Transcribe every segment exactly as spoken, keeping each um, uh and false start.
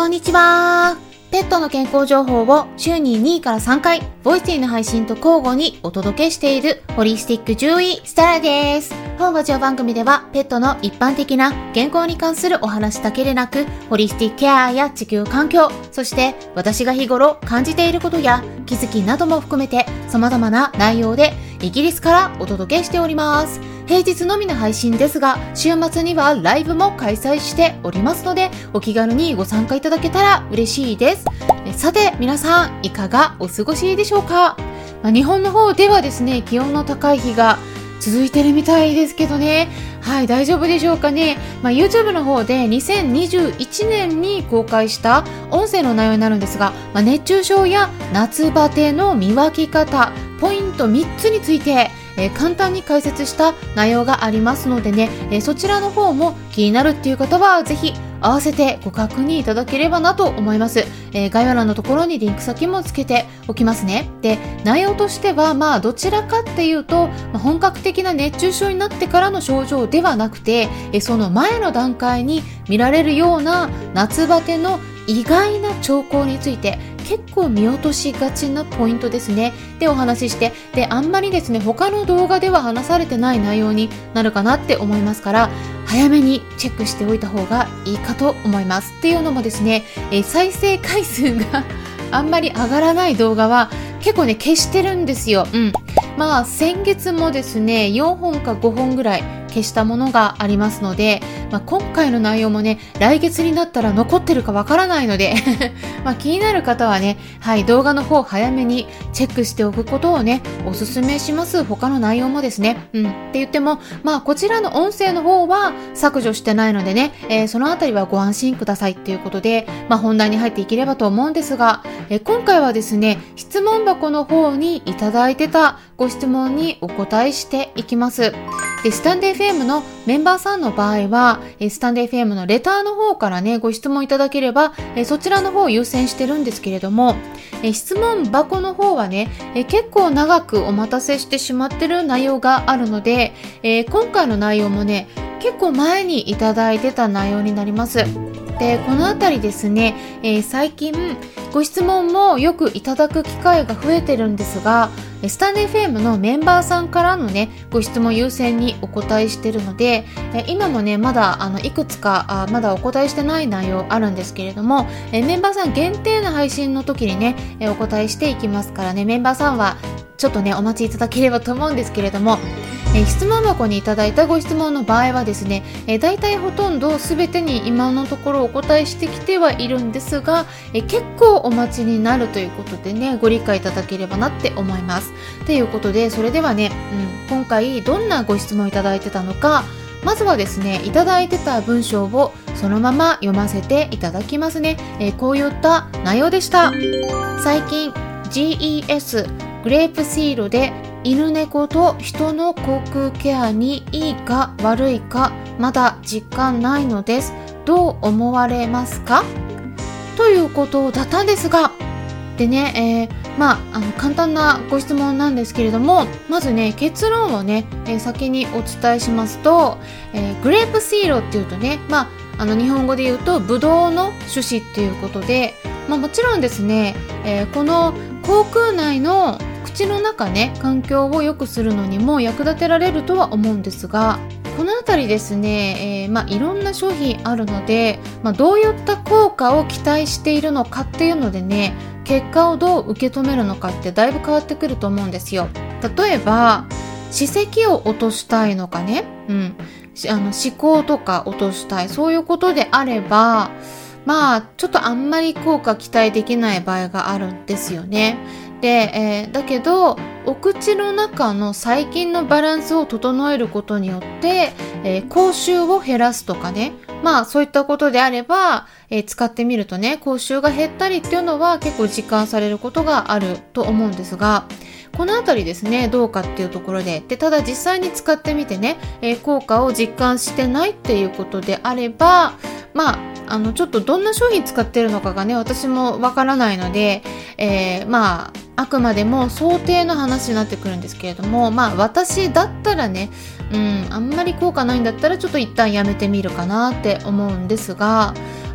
こんにちは。ペットの健康情報を週ににからさんかい、ボイスティの配信と交互にお届けしているホリスティック獣医スタラです。本ラジオ番組ではペットの一般的な健康に関するお話だけでなく、ホリスティックケアや地球環境、そして私が日頃感じていることや気づきなども含めて様々な内容でイギリスからお届けしております。平日のみの配信ですが、週末にはライブも開催しておりますので、お気軽にご参加いただけたら嬉しいです。さて皆さん、いかがお過ごしでしょうか。まあ、日本の方ではですね、気温の高い日が続いてるみたいですけどね、はい、大丈夫でしょうかね。まあ、YouTube の方でにせんにじゅういちねんに公開した音声の内容になるんですが、まあ、熱中症や夏バテの見分け方、ポイントみっつについてえー、簡単に解説した内容がありますのでね、えー、そちらの方も気になるっていう方はぜひ合わせてご確認いただければなと思います。えー、概要欄のところにリンク先もつけておきますね。で、内容としてはまあどちらかっていうと、まあ、本格的な熱中症になってからの症状ではなくて、えー、その前の段階に見られるような夏バテの意外な兆候について結構見落としがちなポイントですね。でお話しして、であんまりですね他の動画では話されてない内容になるかなって思いますから、早めにチェックしておいた方がいいかと思います。っていうのもですね、えー、再生回数があんまり上がらない動画は結構ね消してるんですよ。うん。まあ先月もですねよんほんかごほんぐらい消したものがありますので、まあ、今回の内容もね来月になったら残ってるかわからないのでまあ気になる方はね、はい、動画の方早めにチェックしておくことをねおすすめします。他の内容もですね、うん、って言ってもまあこちらの音声の方は削除してないのでね、えー、そのあたりはご安心くださいっていうことで、まあ本題に入っていければと思うんですが、えー、今回はですね質問箱の方にいただいてたご質問にお答えしていきます。で、スタンド エフエム のメンバーさんの場合は、スタンド エフエム のレターの方からね、ご質問いただければ、そちらの方を優先してるんですけれども、質問箱の方はね、結構長くお待たせしてしまってる内容があるので、今回の内容もね、結構前にいただいてた内容になります。で、このあたりですね、えー、最近ご質問もよくいただく機会が増えてるんですが、スタンド エフエム のメンバーさんからのねご質問優先にお答えしてるので、え今もねまだあのいくつかあまだお答えしてない内容あるんですけれども、えメンバーさん限定の配信の時にねえお答えしていきますからね、メンバーさんはちょっとねお待ちいただければと思うんですけれども、え質問箱にいただいたご質問の場合はですね、えだいたいほとんど全てに今のところお答えしてきてはいるんですが、え結構お待ちになるということでねご理解いただければなって思います。ということで、それではね、うん、今回どんなご質問いただいてたのか、まずはですねいただいてた文章をそのまま読ませていただきますね。えこういった内容でした。最近 ジーイーエス グレープシードで犬猫と人の口腔ケアにいいか悪いかまだ実感ないのです。どう思われますか？ということだったんですが、でね、えー、まあ、あの簡単なご質問なんですけれども、まずね結論をね、えー、先にお伝えしますと、えー、グレープシードっていうとね、まあ、あの日本語で言うとブドウの種子っていうことで、まあ、もちろんですね、えー、この口腔内の口の中ね環境を良くするのにも役立てられるとは思うんですが、このあたりですね、えーまあ、いろんな商品あるので、まあ、どういった効果を期待しているのかっていうのでね結果をどう受け止めるのかってだいぶ変わってくると思うんですよ。例えば歯石を落としたいのかね、うん、あの歯垢とか落としたい、そういうことであればまあちょっとあんまり効果期待できない場合があるんですよね。で、えー、だけどお口の中の細菌のバランスを整えることによって、えー、口臭を減らすとかね、まあそういったことであれば、えー、使ってみるとね口臭が減ったりっていうのは結構実感されることがあると思うんですが、このあたりですねどうかっていうところで、でただ実際に使ってみてね、えー、効果を実感してないっていうことであれば、まああのちょっとどんな商品使ってるのかがね私もわからないので、えー、まああくまでも想定の話になってくるんですけれども、まあ私だったらね、うん、あんまり効果ないんだったらちょっと一旦やめてみるかなって思うんですが、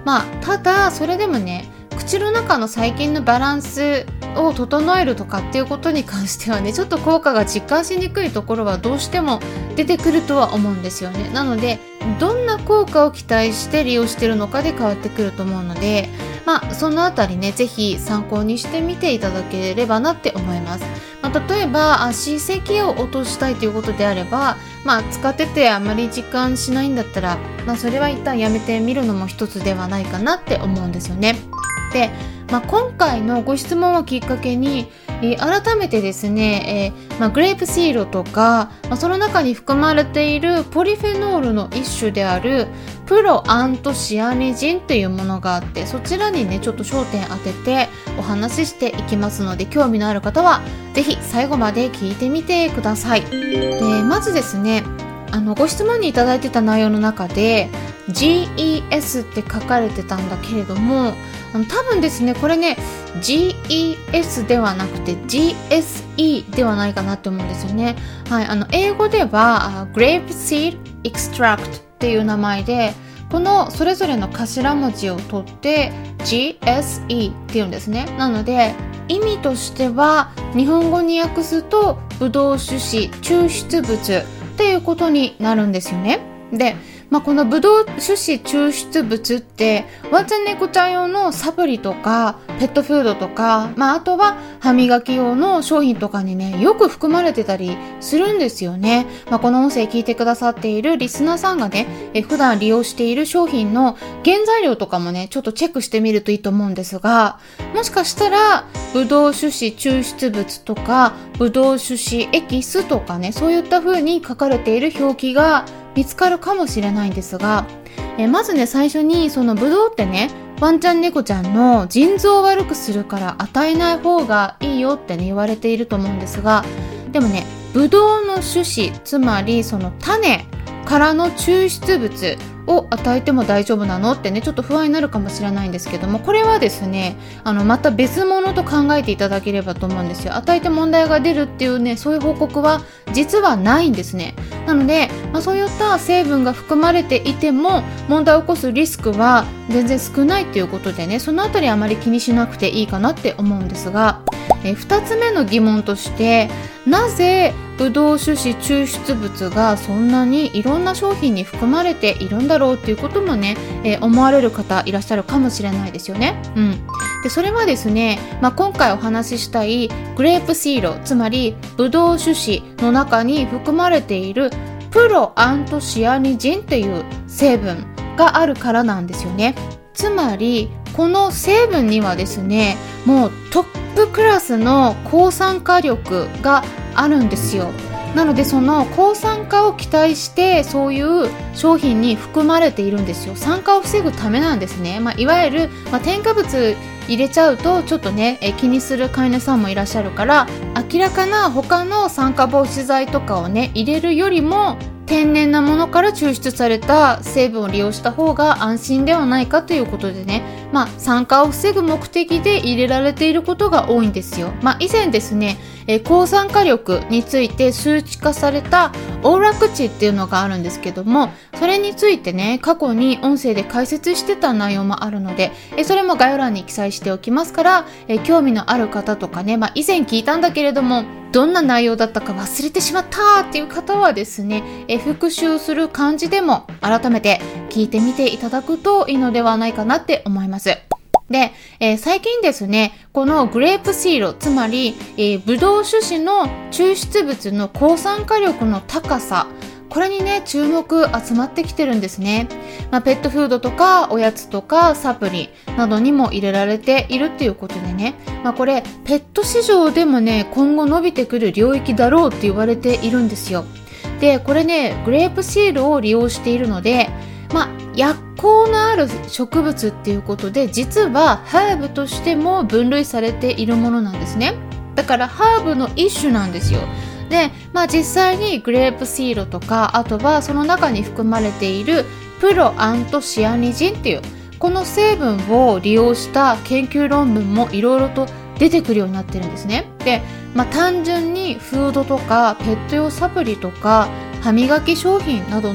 まあただそれでもね、口の中の細菌のバランスを整えるとかっていうことに関してはね、ちょっと効果が実感しにくいところはどうしても出てくるとは思うんですよね。なのでどんな効果を期待して利用しているのかで変わってくると思うので、まあそのあたりね、ぜひ参考にしてみていただければなって思います。まあ、例えば歯石を落としたいということであれば、まあ使っててあまり実感しないんだったら、まあそれは一旦やめてみるのも一つではないかなって思うんですよね。で、まあ、今回のご質問をきっかけに、えー、改めてですね、えーまあ、グレープシードとか、まあ、その中に含まれているポリフェノールの一種であるプロアントシアニジンというものがあって、そちらにねちょっと焦点当ててお話ししていきますので、興味のある方はぜひ最後まで聞いてみてください。で、まずですね、あのご質問にいただいてた内容の中で ジーイーエス って書かれてたんだけれども、あの多分ですね、これね ジーイーエス ではなくて ジーエスイー ではないかなって思うんですよね。はい、あの英語では Grape Seed Extract っていう名前で、このそれぞれの頭文字を取って ジーエスイー っていうんですね。なので意味としては日本語に訳すとブドウ種子抽出物っていうことになるんですよね。で、まあ、このブドウ種子抽出物ってワンちゃん猫ちゃん用のサプリとかペットフードとか、まあ、あとは歯磨き用の商品とかにねよく含まれてたりするんですよね。まあ、この音声聞いてくださっているリスナーさんがねえ普段利用している商品の原材料とかもねちょっとチェックしてみるといいと思うんですが、もしかしたらブドウ種子抽出物とかブドウ種子エキスとかね、そういった風に書かれている表記が見つかるかもしれないんですが、えまずね最初にそのブドウってねワンちゃん猫ちゃんの腎臓を悪くするから与えない方がいいよってね言われていると思うんですが、でもねブドウの種子、つまりその種からの抽出物を与えても大丈夫なのってねちょっと不安になるかもしれないんですけども、これはですねあのまた別物と考えていただければと思うんですよ。与えて問題が出るっていうねそういう報告は実はないんですね。なので、まあ、そういった成分が含まれていても問題を起こすリスクは全然少ないということでね、そのあたりあまり気にしなくていいかなって思うんですが、えふたつめの疑問として、なぜブドウ種子抽出物がそんなにいろんな商品に含まれているんだろうっていうこともね、えー、思われる方いらっしゃるかもしれないですよね。うん。で、それはですね、まあ、今回お話ししたいグレープシード、つまりブドウ種子の中に含まれているプロアントシアニジンっていう成分があるからなんですよね。つまりこの成分にはですね、もうトップクラスの抗酸化力があるんですよ。なのでその抗酸化を期待してそういう商品に含まれているんですよ。酸化を防ぐためなんですね。まあ、いわゆる、まあ、添加物入れちゃうとちょっとねえ気にする飼い主さんもいらっしゃるから、明らかな他の酸化防止剤とかをね入れるよりも天然なものから抽出された成分を利用した方が安心ではないかということでね、まあ、酸化を防ぐ目的で入れられていることが多いんですよ。まあ、以前ですね、えー、抗酸化力について数値化されたオーラク値っていうのがあるんですけども、それについてね過去に音声で解説してた内容もあるので、えー、それも概要欄に記載しておきますから、えー、興味のある方とかね、まあ、以前聞いたんだけれどもどんな内容だったか忘れてしまったっていう方はですね、え復習する感じでも改めて聞いてみていただくといいのではないかなって思います。で、えー、最近ですね、このグレープシード、つまり、えー、ブドウ種子の抽出物の抗酸化力の高さ、これにね注目集まってきてるんですね。まあ、ペットフードとかおやつとかサプリなどにも入れられているっていうことでね、まあ、これペット市場でもね今後伸びてくる領域だろうって言われているんですよ。で、これねグレープシードを利用しているので、まあ、薬効のある植物っていうことで実はハーブとしても分類されているものなんですね。だからハーブの一種なんですよ。で、まあ実際にグレープシードとか、あとはその中に含まれているプロアントシアニジンっていうこの成分を利用した研究論文もいろいろと出てくるようになってるんですね。で、まあ単純にフードとかペット用サプリとか歯磨き商品などのそ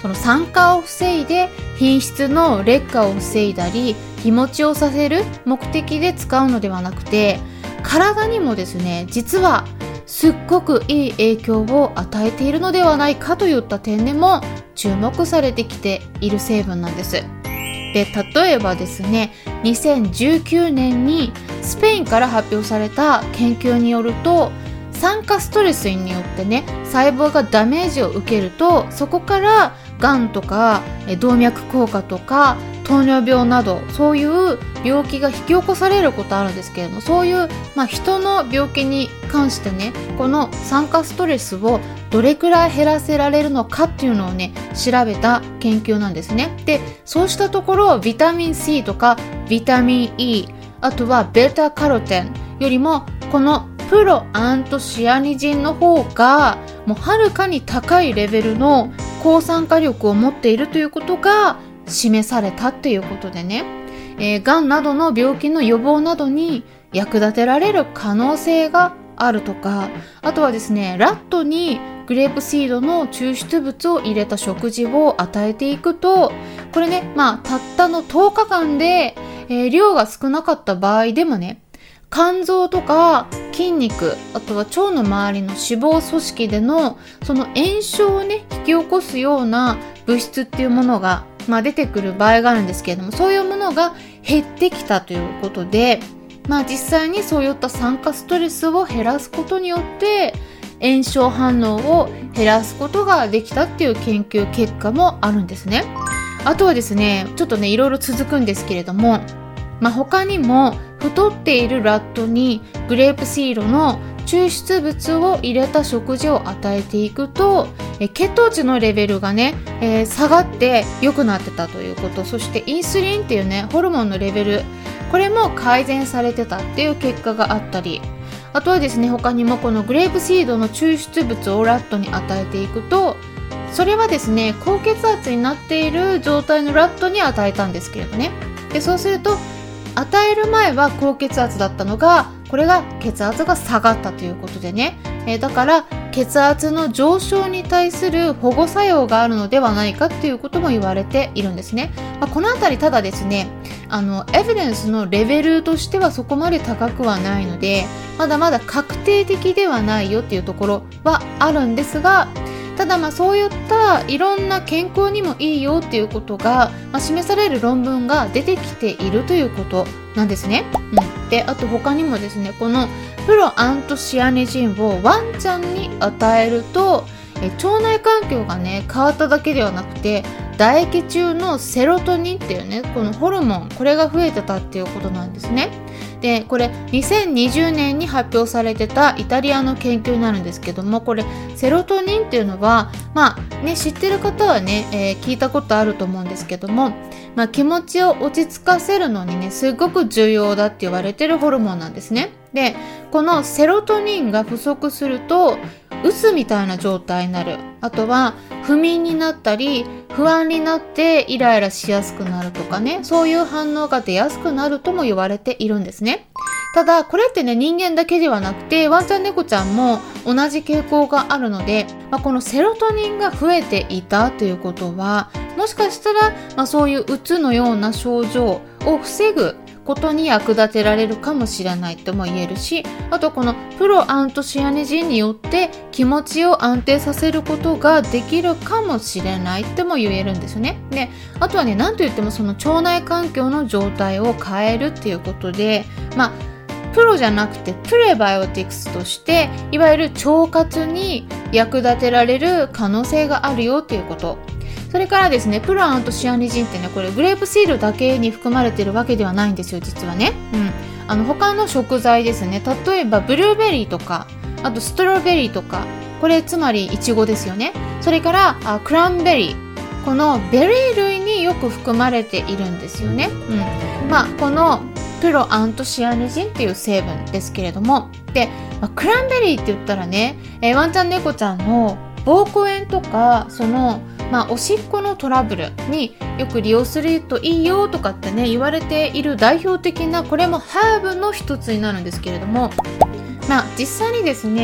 その酸化を防いで品質の劣化を防いだり日持ちをさせる目的で使うのではなくて、体にもですね、実はすっごくいい影響を与えているのではないかといった点でも注目されてきている成分なんです。で、例えばですね、にせんじゅうきゅうねんにスペインから発表された研究によると、酸化ストレスによってね、細胞がダメージを受けると、そこからがんとか動脈硬化とか糖尿病など、そういう病気が引き起こされることあるんですけれども、そういう、まあ、人の病気に関してね、この酸化ストレスをどれくらい減らせられるのかっていうのをね、調べた研究なんですね。で、そうしたところビタミン C とかビタミン E、 あとはベータカロテンよりもこのプロアントシアニジンの方がもうはるかに高いレベルの抗酸化力を持っているということが示されたっていうことでね、えー、がんなどの病気の予防などに役立てられる可能性があるとか、あとはですね、ラットにグレープシードの抽出物を入れた食事を与えていくと、これね、まあたったのとおかかんで、えー、量が少なかった場合でもね、肝臓とか筋肉、あとは腸の周りの脂肪組織でのその炎症をね、引き起こすような物質っていうものが、まあ、出てくる場合があるんですけれども、そういうものが減ってきたということで、まあ実際にそういった酸化ストレスを減らすことによって炎症反応を減らすことができたっていう研究結果もあるんですね。あとはですね、ちょっとね、いろいろ続くんですけれども、まあ、他にも太っているラットにグレープシードの抽出物を入れた食事を与えていくと、え血糖値のレベルがね、えー、下がって良くなってたということ、そしてインスリンっていうね、ホルモンのレベル、これも改善されてたっていう結果があったり、あとはですね、他にもこのグレープシードの抽出物をラットに与えていくと、それはですね、高血圧になっている状態のラットに与えたんですけれどね。で、そうすると与える前は高血圧だったのが、これが血圧が下がったということでね、えー、だから血圧の上昇に対する保護作用があるのではないかっていうことも言われているんですね。まあ、このあたりただですね、あのエビデンスのレベルとしてはそこまで高くはないので、まだまだ確定的ではないよっていうところはあるんですが、ただまあそういったいろんな健康にもいいよっていうことが、まあ、示される論文が出てきているということなんですね。うん、で、あと他にもですね、このプロアントシアニジンをワンちゃんに与えると、え腸内環境がね変わっただけではなくて、唾液中のセロトニンっていうね、このホルモン、これが増えてたっていうことなんですね。で、これにせんにじゅうねんに発表されてたイタリアの研究になるんですけども、これセロトニンっていうのは、まあね、知ってる方はね、えー、聞いたことあると思うんですけども、まあ、気持ちを落ち着かせるのにね、すごく重要だって言われてるホルモンなんですね。で、このセロトニンが不足するとうつみたいな状態になる、あとは不眠になったり不安になってイライラしやすくなるとかね、そういう反応が出やすくなるとも言われているんですね。ただこれってね、人間だけではなくてワンちゃん猫ちゃんも同じ傾向があるので、まあ、このセロトニンが増えていたということは、もしかしたら、まあ、そういううつのような症状を防ぐことに役立てられるかもしれないとも言えるし、あとこのプロアントシアニジンによって気持ちを安定させることができるかもしれないとも言えるんですよね。で、あとはね、なんといってもその腸内環境の状態を変えるっていうことで、まあプロじゃなくてプレバイオティクスとして、いわゆる腸活に役立てられる可能性があるよっていうこと。それからですね、プロアントシアニジンってね、これグレープシードだけに含まれてるわけではないんですよ、実はね。うん。あの他の食材ですね、例えばブルーベリーとか、あとストロベリーとか、これつまりイチゴですよね。それからあクランベリー、このベリー類によく含まれているんですよね。うん。まあこのプロアントシアニジンっていう成分ですけれども、で、まあ、クランベリーって言ったらね、えー、ワンちゃん猫ちゃんの膀胱炎とか、そのまあ、おしっこのトラブルによく利用するといいよとかってね、言われている代表的な、これもハーブの一つになるんですけれども、まあ実際にですね、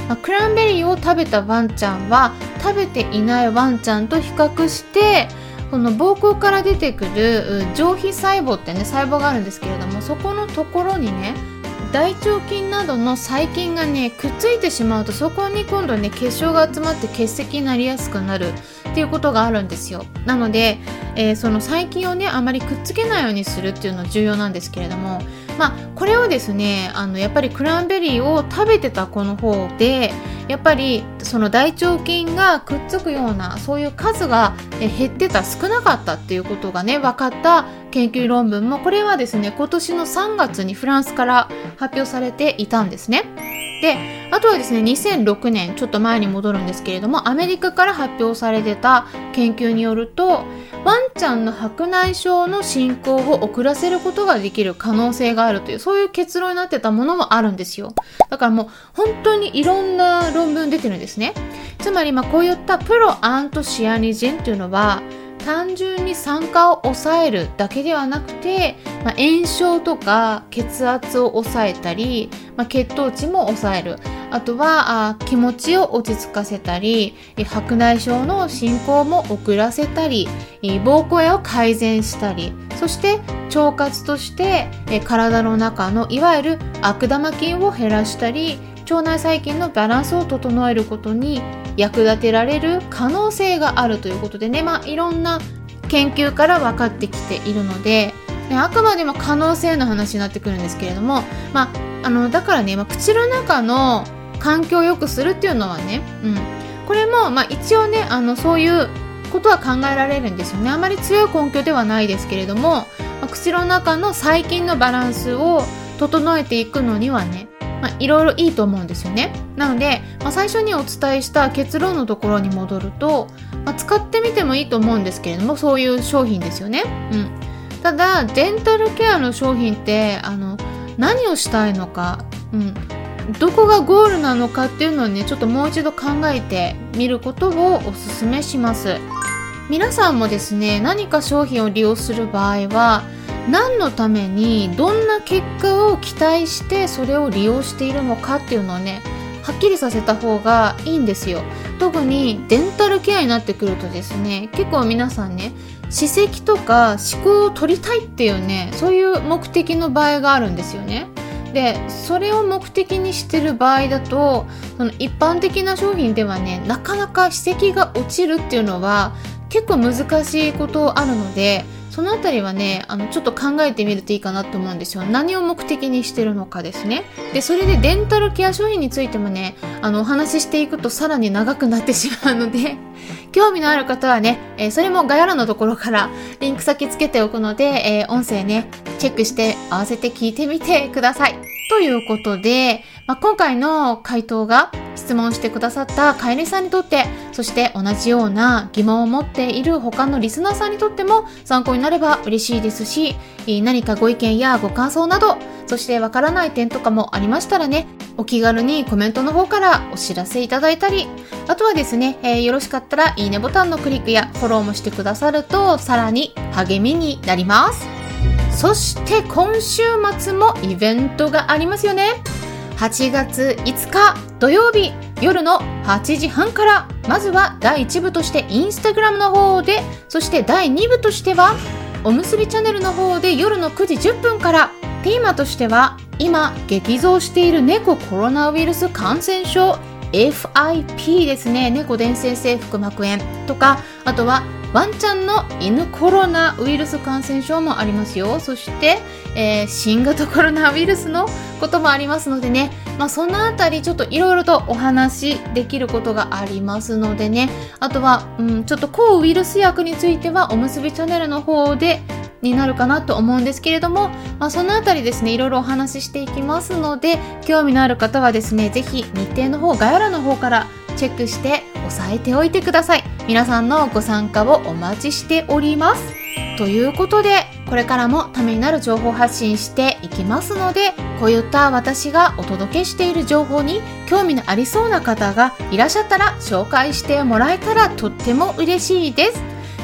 まあ、クランベリーを食べたワンちゃんは食べていないワンちゃんと比較して、この膀胱から出てくる上皮細胞ってね、細胞があるんですけれども、そこのところにね、大腸菌などの細菌がねくっついてしまうと、そこに今度ね結晶が集まって結石になりやすくなるっていうことがあるんですよ。なので、えー、その細菌をねあまりくっつけないようにするっていうのは重要なんですけれども、まあこれをですね、あのやっぱりクランベリーを食べてた子の方で、やっぱりその大腸菌がくっつくようなそういう数が減ってた、少なかったっていうことがね分かった研究論文も、これはですね今年のさんがつにフランスから発表されていたんですね。で、あとはですねにせんろくねん、ちょっと前に戻るんですけれども、アメリカから発表されてた研究によると、ワンちゃんの白内障の進行を遅らせることができる可能性があるという、そういう結論になってたものもあるんですよ。だからもう本当にいろんな論文出てるんですね。つまりまあこういったプロアントシアニジンというのは、単純に酸化を抑えるだけではなくて、まあ、炎症とか血圧を抑えたり、まあ、血糖値も抑える、あとはあ気持ちを落ち着かせたり、白内障の進行も遅らせたり、膀胱炎を改善したり、そして腸活として体の中のいわゆる悪玉菌を減らしたり、腸内細菌のバランスを整えることに役立てられる可能性があるということでね、まあいろんな研究から分かってきているので、ね、あくまでも可能性の話になってくるんですけれども、まあ、あのだからね、まあ、口の中の環境を良くするっていうのはね、うん、これもまあ一応ね、あのそういうことは考えられるんですよね。あまり強い根拠ではないですけれども、まあ、口の中の細菌のバランスを整えていくのにはね、まあ、いろいろいいと思うんですよね。なので、まあ、最初にお伝えした結論のところに戻ると、まあ、使ってみてもいいと思うんですけれども、そういう商品ですよね。うん。ただ、デンタルケアの商品って、あの、何をしたいのか、うん。どこがゴールなのかっていうのをね、ちょっともう一度考えてみることをお勧めします。皆さんもですね、何か商品を利用する場合は、何のためにどんな結果を期待してそれを利用しているのかっていうのをね、はっきりさせた方がいいんですよ。特にデンタルケアになってくるとですね、結構皆さんね、歯石とか歯垢を取りたいっていうね、そういう目的の場合があるんですよね。で、それを目的にしてる場合だと、その一般的な商品ではね、なかなか歯石が落ちるっていうのは結構難しいことあるので、そのあたりはね、あのちょっと考えてみるといいかなと思うんですよ。何を目的にしてるのかですね。で、それでデンタルケア商品についてもね、あのお話ししていくとさらに長くなってしまうので、興味のある方はね、えー、それも概要欄のところからリンク先つけておくので、えー、音声ね、チェックして合わせて聞いてみてください。ということで、まあ、今回の回答が質問してくださったかえりさんにとって、そして同じような疑問を持っている他のリスナーさんにとっても参考になれば嬉しいですし、何かご意見やご感想など、そしてわからない点とかもありましたらね、お気軽にコメントの方からお知らせいただいたり、あとはですね、えー、よろしかったらいいねボタンのクリックやフォローもしてくださるとさらに励みになります。そして今週末もイベントがありますよね。はちがついつか土曜日夜のはちじはんから、まずはだいいち部としてインスタグラムの方で、そしてだいに部としてはおむすびチャンネルの方で夜のくじじゅっぷんから、テーマとしては今激増している猫コロナウイルス感染症 エフアイピー ですね。猫伝染性腹膜炎とか、あとはワンちゃんの犬コロナウイルス感染症もありますよ。そして、えー、新型コロナウイルスのこともありますのでね、まあ、そのあたりちょっといろいろとお話しできることがありますのでね、あとは、うん、ちょっと抗ウイルス薬についてはおむすびチャンネルの方でになるかなと思うんですけれども、まあ、そのあたりですね、いろいろお話ししていきますので、興味のある方はですね、ぜひ日程の方、概要欄の方からチェックして押さえておいてください。皆さんのご参加をお待ちしております。ということで、これからもためになる情報発信していきますので、こういった私がお届けしている情報に興味のありそうな方がいらっしゃったら紹介してもらえたらとっても嬉しいです。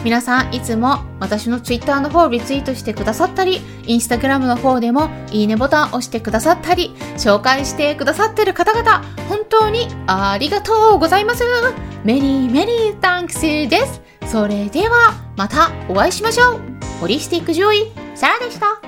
皆さんいつも私の Twitter の方をリツイートしてくださったり、Instagram の方でもいいねボタンを押してくださったり、紹介してくださってる方々、本当にありがとうございます。メリーメリータンクスです。それではまたお会いしましょう。ホリスティック獣医、サラでした。